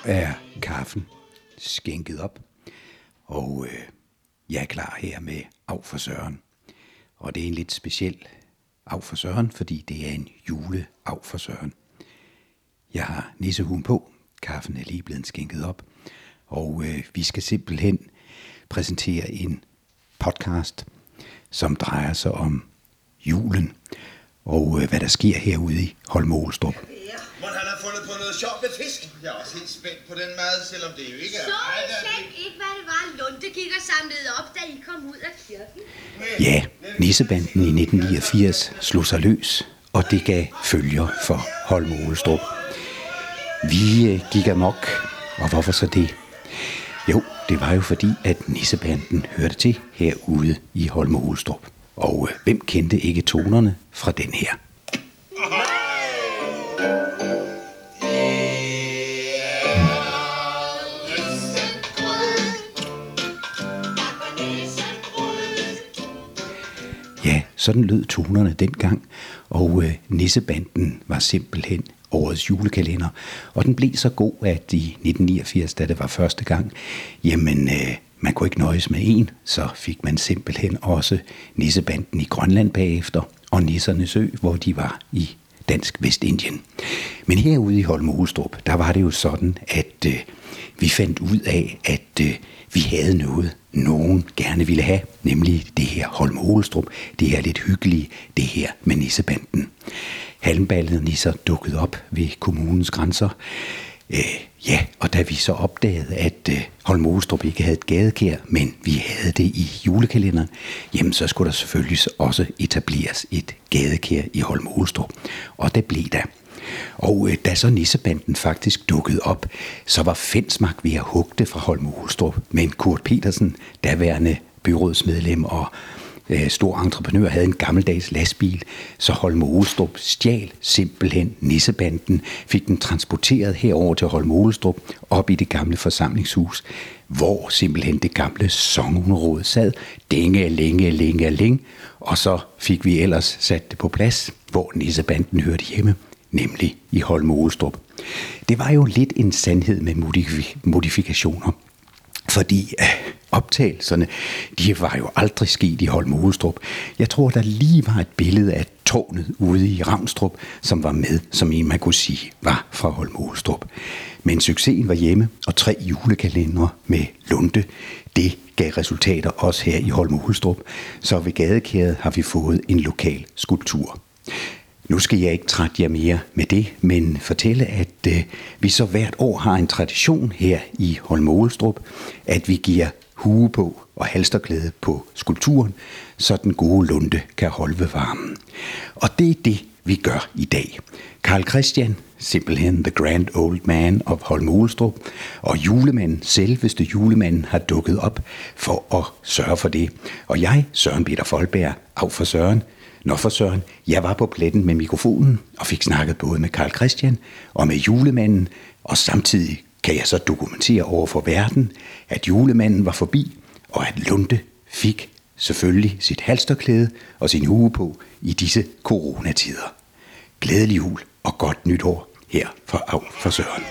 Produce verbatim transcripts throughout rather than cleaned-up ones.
er kaffen skænket op, og øh, jeg er klar her med Av for Søren. Og det er en lidt speciel Av for Søren, fordi det er en jule Av for Søren. Jeg har nissehuen på, kaffen er lige blevet skænket op, og øh, vi skal simpelthen præsentere en podcast, som drejer sig om julen, og øh, hvad der sker herude i Holme-Olstrup. Må han have fundet på noget sjovt med fisk? Jeg er også helt spændt på den mad, selvom det jo ikke er... Så I selv ikke, hvad det var, Lunde gik og samlede op, da I kom ud af kirken? Ja, nissebanden i nitten niogfirs slog sig løs, og det gav følger for Holme-Olstrup. Vi øh, gik amok, og hvorfor så det? Jo, det var jo fordi, at nissebanden hørte til herude i Holme-Olstrup. Og øh, hvem kendte ikke tonerne fra den her? Ja, sådan lød tonerne dengang, og øh, nissebanden var simpelthen årets julekalender. Og den blev så god, at i nitten niogfirs, da det var første gang, jamen øh, man kunne ikke nøjes med en, så fik man simpelthen også nissebanden i Grønland bagefter, og Nissernes Ø, hvor de var i Dansk Vestindien. Men herude i Holme-Olstrup, der var det jo sådan, at øh, vi fandt ud af, at øh, vi havde noget, nogen gerne ville have, nemlig det her Holme-Olstrup, det her lidt hyggelige, det her med nissebanden. Halmballede nisser dukkede op ved kommunens grænser. Øh, ja, og da vi så opdagede, at øh, Holme-Olstrup ikke havde et gadekær, men vi havde det i julekalenderen, jamen så skulle der selvfølgelig også etableres et gadekær i Holme-Olstrup. Og det blev der. Og øh, da så nissebanden faktisk dukkede op, så var Fensmark ved at hugge det fra Holme-Olstrup, men Kurt Petersen, daværende byrådsmedlem og øh, stor entreprenør, havde en gammeldags lastbil, så Holme-Olstrup stjal simpelthen nissebanden, fik den transporteret herover til Holme-Olstrup, op i det gamle forsamlingshus, hvor simpelthen det gamle sogneråd sad, dænge, længe, længe, længe, og så fik vi ellers sat det på plads, hvor nissebanden hørte hjemme, nemlig i Holme-Olstrup. Det var jo lidt en sandhed med modif- modifikationer, fordi øh, optagelserne, de var jo aldrig sket i Holme-Olstrup. Jeg tror, der lige var et billede af tårnet ude i Ravnstrup, som var med, som en man kunne sige, var fra Holme-Olstrup. Men succesen var hjemme, og tre julekalendere med Lunde, det gav resultater også her i Holme-Olstrup, så ved gadekæret har vi fået en lokal skulptur. Nu skal jeg ikke trætte jer mere med det, men fortælle, at øh, vi så hvert år har en tradition her i Holme-Olstrup, at vi giver hue på og halsterklæde på skulpturen, så den gode Lunde kan holde ved varmen. Og det er det, vi gør i dag. Carl Christian, simpelthen the grand old man of Holme-Olstrup, og julemanden, selveste julemanden, har dukket op for at sørge for det. Og jeg, Søren Peter Folberg, Av for Søren, Nå for Søren, jeg var på pletten med mikrofonen og fik snakket både med Carl Christian og med julemanden, og samtidig kan jeg så dokumentere over for verden, at julemanden var forbi, og at Lunde fik selvfølgelig sit halsterklæde og sin hue på i disse coronatider. Glædelig jul og godt nytår her fra Av for Søren.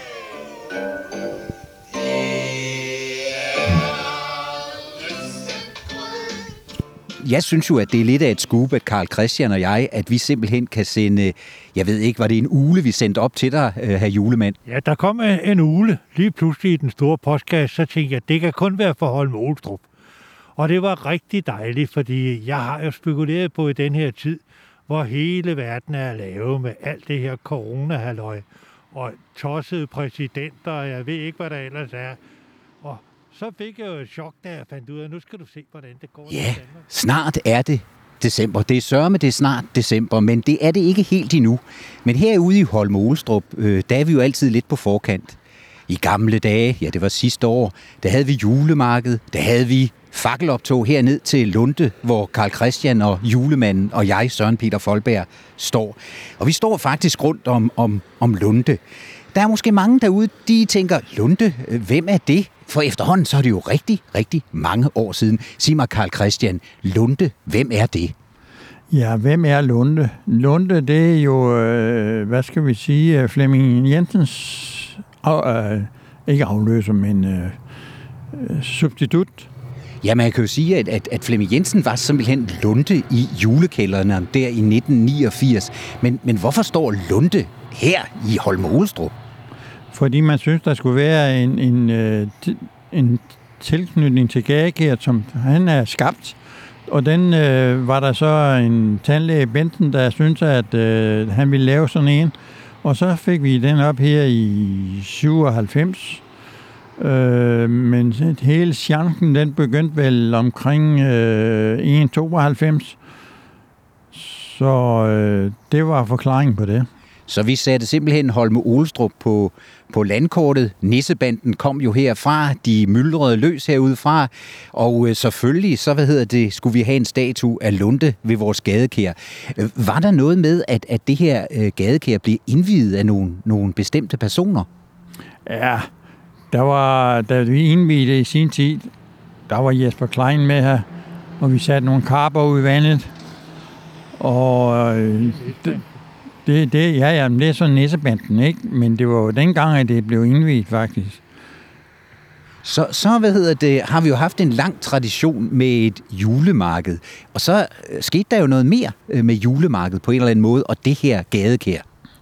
Jeg synes jo, at det er lidt af et scoop, at Carl Christian og jeg, at vi simpelthen kan sende, jeg ved ikke, var det en ule, vi sendte op til dig, herr julemand? Ja, der kom en ule lige pludselig i den store postkasse, så tænkte jeg, at det kan kun være for Holme-Olstrup. Og det var rigtig dejligt, fordi jeg har jo spekuleret på i den her tid, hvor hele verden er lavet med alt det her corona-halløj, og tossede præsidenter, og jeg ved ikke, hvad der ellers er. Og så fik jeg jo et chok, da jeg fandt ud af, nu skal du se, hvordan det går. Ja, snart er det december. Det er sørme, det er snart december, men det er det ikke helt endnu. Men herude i Holme-Olstrup, øh, der er vi jo altid lidt på forkant. I gamle dage, ja det var sidste år, der havde vi julemarked, der havde vi fakkeloptog herned til Lunde, hvor Carl Christian og julemanden og jeg, Søren Peter Folberg, står. Og vi står faktisk rundt om, om, om Lunde. Der er måske mange derude, de tænker, Lunde, hvem er det? For efterhånden så er det jo rigtig, rigtig mange år siden. Sig mig, Carl Christian, Lunde, hvem er det? Ja, hvem er Lunde? Lunde, det er jo, øh, hvad skal vi sige, Flemming Jensens øh, ikke afløser, men øh, øh, substitut. Ja, man kan jo sige, at, at, at Flemming Jensen var simpelthen Lunde i julekælderen der i nitten niogfirs. Men, men hvorfor står Lunde her i Holme-Olstrup? Fordi man synes, der skulle være en, en, øh, en tilknytning til Gadekær, som han er skabt. Og den øh, var der så en tandlæge, Benten, der syntes, at øh, han ville lave sådan en. Og så fik vi den op her i syvoghalvfems. Øh, men hele chancen, den begyndte vel omkring øh, en komma tooghalvfems. Så øh, det var forklaringen på det. Så vi satte simpelthen Holme-Olstrup på, på landkortet. Nissebanden kom jo herfra, de myldrede løs herudefra, og øh, selvfølgelig, så hvad hedder det, skulle vi have en statue af Lunde ved vores gadekær. Øh, var der noget med, at, at det her øh, gadekær blev indviet af nogle, nogle bestemte personer? Ja, der var, da vi indvidede i sin tid, der var Jesper Klein med her, og vi satte nogle karper ud i vandet, og øh, det, Det, det, ja, ja, det er sådan Nissebanden, ikke? Men det var jo dengang, at det blev indviet, faktisk. Så, så hvad hedder det, har vi jo haft en lang tradition med et julemarked. Og så øh, skete der jo noget mere øh, med julemarkedet på en eller anden måde, og det her gadekær.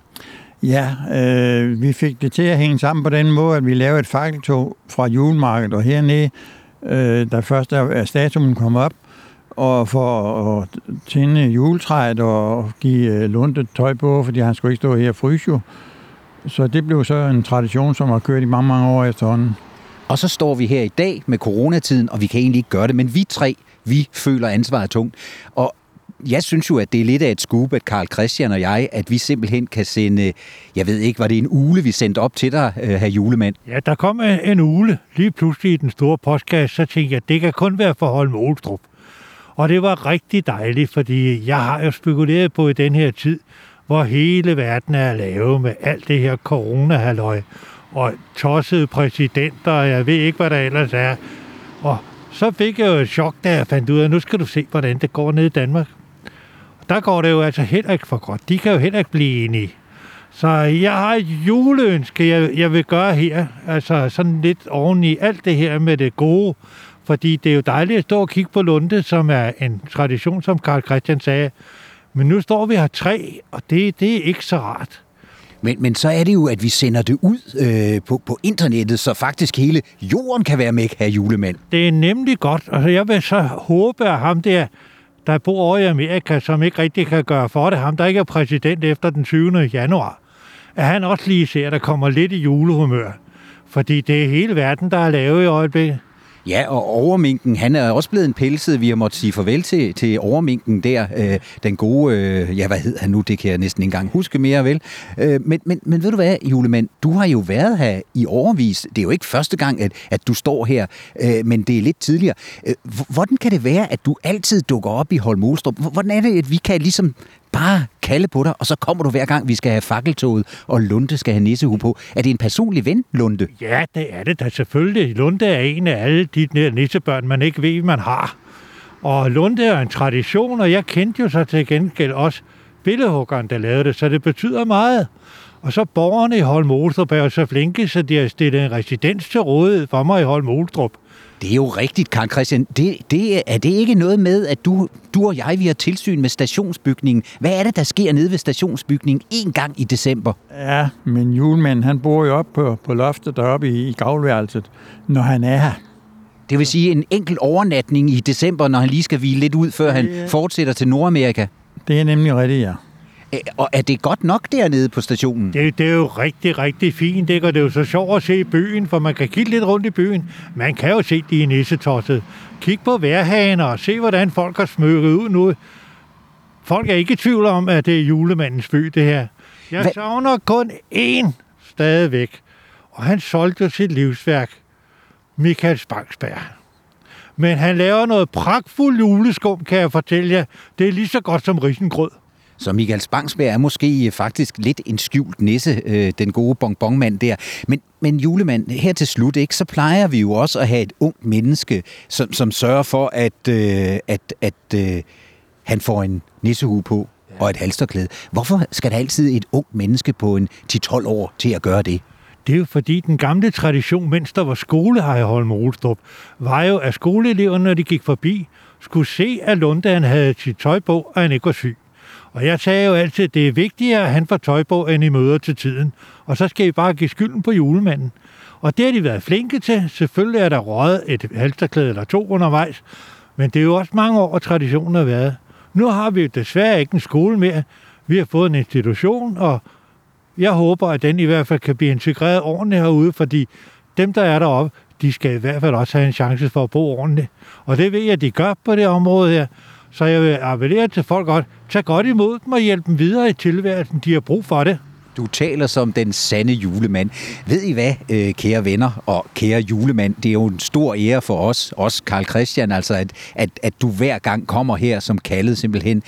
Ja, øh, vi fik det til at hænge sammen på den måde, at vi lavede et fakkeltog fra julemarkedet og hernede, øh, da først er statuen kom op, og for at tænde juletræet og give Lunde tøj på, fordi han skulle ikke stå her og fryse jo. Så det blev så en tradition, som har kørt i mange, mange år efterhånden. Og så står vi her i dag med coronatiden, og vi kan egentlig ikke gøre det, men vi tre, vi føler ansvaret tungt. Og jeg synes jo, at det er lidt af et scoop, at Carl Christian og jeg, at vi simpelthen kan sende, jeg ved ikke, var det en ule, vi sendte op til dig, herr julemand? Ja, der kom en ule lige pludselig i den store postkasse, så tænkte jeg, at det kan kun være for Holme-Olstrup. Og det var rigtig dejligt, fordi jeg har jo spekuleret på i den her tid, hvor hele verden er lavet med alt det her corona-halløj, og tossede præsidenter, og jeg ved ikke, hvad der ellers er. Og så fik jeg jo et chok, da jeg fandt ud af, at nu skal du se, hvordan det går ned i Danmark. Der går det jo altså heller ikke for godt. De kan jo heller ikke blive enige. Så jeg har et juleønske, jeg, jeg vil gøre her. Altså sådan lidt oven i alt det her med det gode. Fordi det er jo dejligt at stå og kigge på Lunde, som er en tradition, som Carl Christian sagde. Men nu står vi her tre, og det, det er ikke så rart. Men, men så er det jo, at vi sender det ud øh, på, på internettet, så faktisk hele jorden kan være med, herr julemand. Det er nemlig godt. Altså, jeg vil så håbe, at ham der, der bor over i Amerika, som ikke rigtig kan gøre for det, ham der ikke er præsident efter den syvende januar, at han også lige ser, at der kommer lidt i julehumør. Fordi det er hele verden, der er lavet i øjeblikket. Ja, og overminken, han er også blevet en pelset. Vi har måttet sige farvel til, til overminken der. Øh, den gode, øh, ja, hvad hed han nu? Det kan jeg næsten ikke engang huske mere, vel? Øh, men, men, men ved du hvad, julemand? Du har jo været her i årevis. Det er jo ikke første gang, at, at du står her, øh, men det er lidt tidligere. Øh, hvordan kan det være, at du altid dukker op i Holme-Olstrup? Hvordan er det, at vi kan ligesom bare kalde på dig, og så kommer du hver gang, vi skal have fakkeltoget, og Lunde skal have nissehue på? Er det en personlig ven, Lunde? Ja, det er det da selvfølgelig. Lunde er en af alle de der nissebørn, man ikke ved, man har. Og Lunde er en tradition, og jeg kendte jo så til gengæld også billedhuggeren, der lavede det, så det betyder meget. Og så borgerne i Holme-Olstrup er jo så flinke, så de har stillet en residens til rådighed for mig i Holme-Olstrup. Det er jo rigtigt, Carl Christian. Det, det, er det ikke noget med, at du, du og jeg, vi har tilsyn med stationsbygningen? Hvad er det, der sker nede ved stationsbygningen en gang i december? Ja, men julemanden, han bor jo op på, på loftet deroppe i, i gavlværelset, når han er her. Det vil sige en enkelt overnatning i december, når han lige skal hvile lidt ud, før han fortsætter til Nordamerika. Det er nemlig rigtigt, ja. Og er det godt nok dernede på stationen? Det, det er jo rigtig, rigtig fint, ikke? Og det er jo så sjovt at se byen, for man kan kigge lidt rundt i byen. Man kan jo se de nissetosset. Kig på vejrhaner og se, hvordan folk har smykket ud nu. Folk er ikke i tvivl om, at det er julemandens by, det her. Jeg Hva? savner kun én stadigvæk, og han solgte jo sit livsværk, Michael Spangsberg. Men han laver noget pragtfuldt juleskum, kan jeg fortælle jer. Det er lige så godt som risengrød. Så Michael Spangsberg er måske faktisk lidt en skjult nisse, øh, den gode bonbonmand der. Men, men julemand, her til slut, ikke, så plejer vi jo også at have et ungt menneske, som, som sørger for, at, øh, at, at øh, han får en nissehue på og et halsterklæde. Hvorfor skal der altid et ungt menneske på en ti til tolv år til at gøre det? Det er jo fordi, den gamle tradition, mens der var skole her i Holme-Olstrup, var jo, at skoleeleverne, når de gik forbi, skulle se, at Lunde havde sit tøj på, og han ikke var syg. Og jeg sagde jo altid, at det er vigtigere, at han får tøj på, end I møder til tiden. Og så skal I bare give skylden på julemanden. Og det har de været flinke til. Selvfølgelig er der røget et halsterklæde eller to undervejs, men det er jo også mange år, traditionen har været. Nu har vi jo desværre ikke en skole mere. Vi har fået en institution, og jeg håber, at den i hvert fald kan blive integreret ordentligt herude, fordi dem, der er deroppe, de skal i hvert fald også have en chance for at bo ordentligt. Og det ved jeg, at de gør på det område her. Så jeg vil appellere til folk godt. Tag godt imod dem og hjælp dem videre i tilværelsen. De har brug for det. Du taler som den sande julemand. Ved I hvad, kære venner og kære julemand? Det er jo en stor ære for os, også Carl Christian, altså at, at, at du hver gang kommer her som kaldet simpelthen.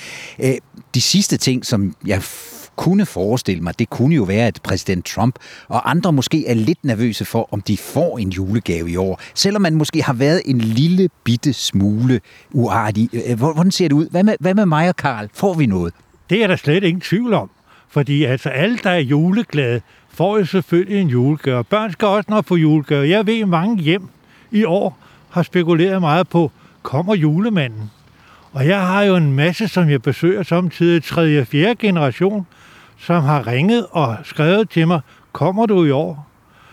De sidste ting, som jeg kunne forestille mig, det kunne jo være, at præsident Trump og andre måske er lidt nervøse for, om de får en julegave i år. Selvom man måske har været en lille bitte smule uartig. Hvordan ser det ud? Hvad med, hvad med mig og Carl? Får vi noget? Det er der slet ingen tvivl om. Fordi altså alle, der er juleglade, får jo selvfølgelig en julegave. Børn skal også nok få julegave. Jeg ved, mange hjem i år har spekuleret meget på, kommer julemanden? Og jeg har jo en masse, som jeg besøger samtidig, tredje og fjerde generation, som har ringet og skrevet til mig, kommer du i år?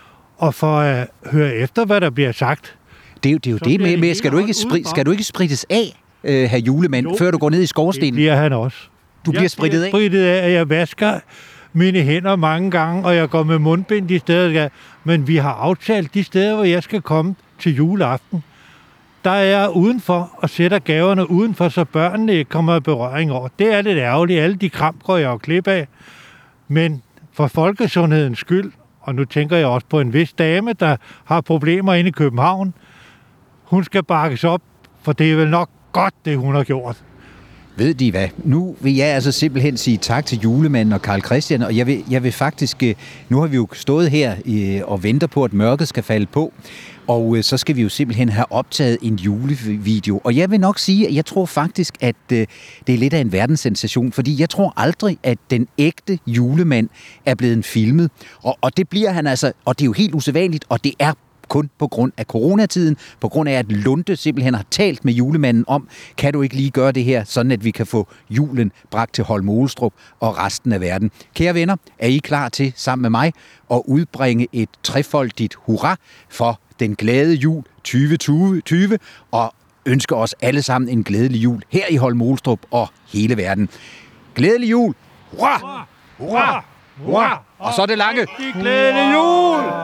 Og for at høre efter, hvad der bliver sagt. Det er jo det, er jo det med, med skal, du ikke spri, skal du ikke sprittes af, øh, herr julemand, jo, før du går ned i skorstenen? Det bliver han også. Du bliver sprittet af? Jeg bliver sprittet af, at jeg vasker mine hænder mange gange, og jeg går med mundbind de steder, men vi har aftalt de steder, hvor jeg skal komme til juleaften. Der er jeg udenfor og sætter gaverne udenfor, så børnene ikke kommer i berøring over. Det er lidt ærgerligt. Alle de kram går jeg jo klip af. Men for folkesundhedens skyld, og nu tænker jeg også på en vis dame, der har problemer inde i København, hun skal bakkes op, for det er vel nok godt, det hun har gjort. Ved de hvad? Nu vil jeg altså simpelthen sige tak til julemanden og Carl Christian, og jeg vil, jeg vil faktisk, nu har vi jo stået her og venter på, at mørket skal falde på, og så skal vi jo simpelthen have optaget en julevideo. Og jeg vil nok sige, at jeg tror faktisk, at det er lidt af en verdenssensation, fordi jeg tror aldrig, at den ægte julemand er blevet filmet, og, og det bliver han altså, og det er jo helt usædvanligt, og det er kun på grund af coronatiden, på grund af, at Lunde simpelthen har talt med julemanden om, kan du ikke lige gøre det her, sådan at vi kan få julen bragt til Holme-Olstrup og resten af verden. Kære venner, er I klar til, sammen med mig, at udbringe et trefoldigt hurra for den glade jul tyve tyve, og ønsker os alle sammen en glædelig jul her i Holme-Olstrup og hele verden. Glædelig jul! Hurra! Hurra! Hurra! Og så det lange. Glædelig jul!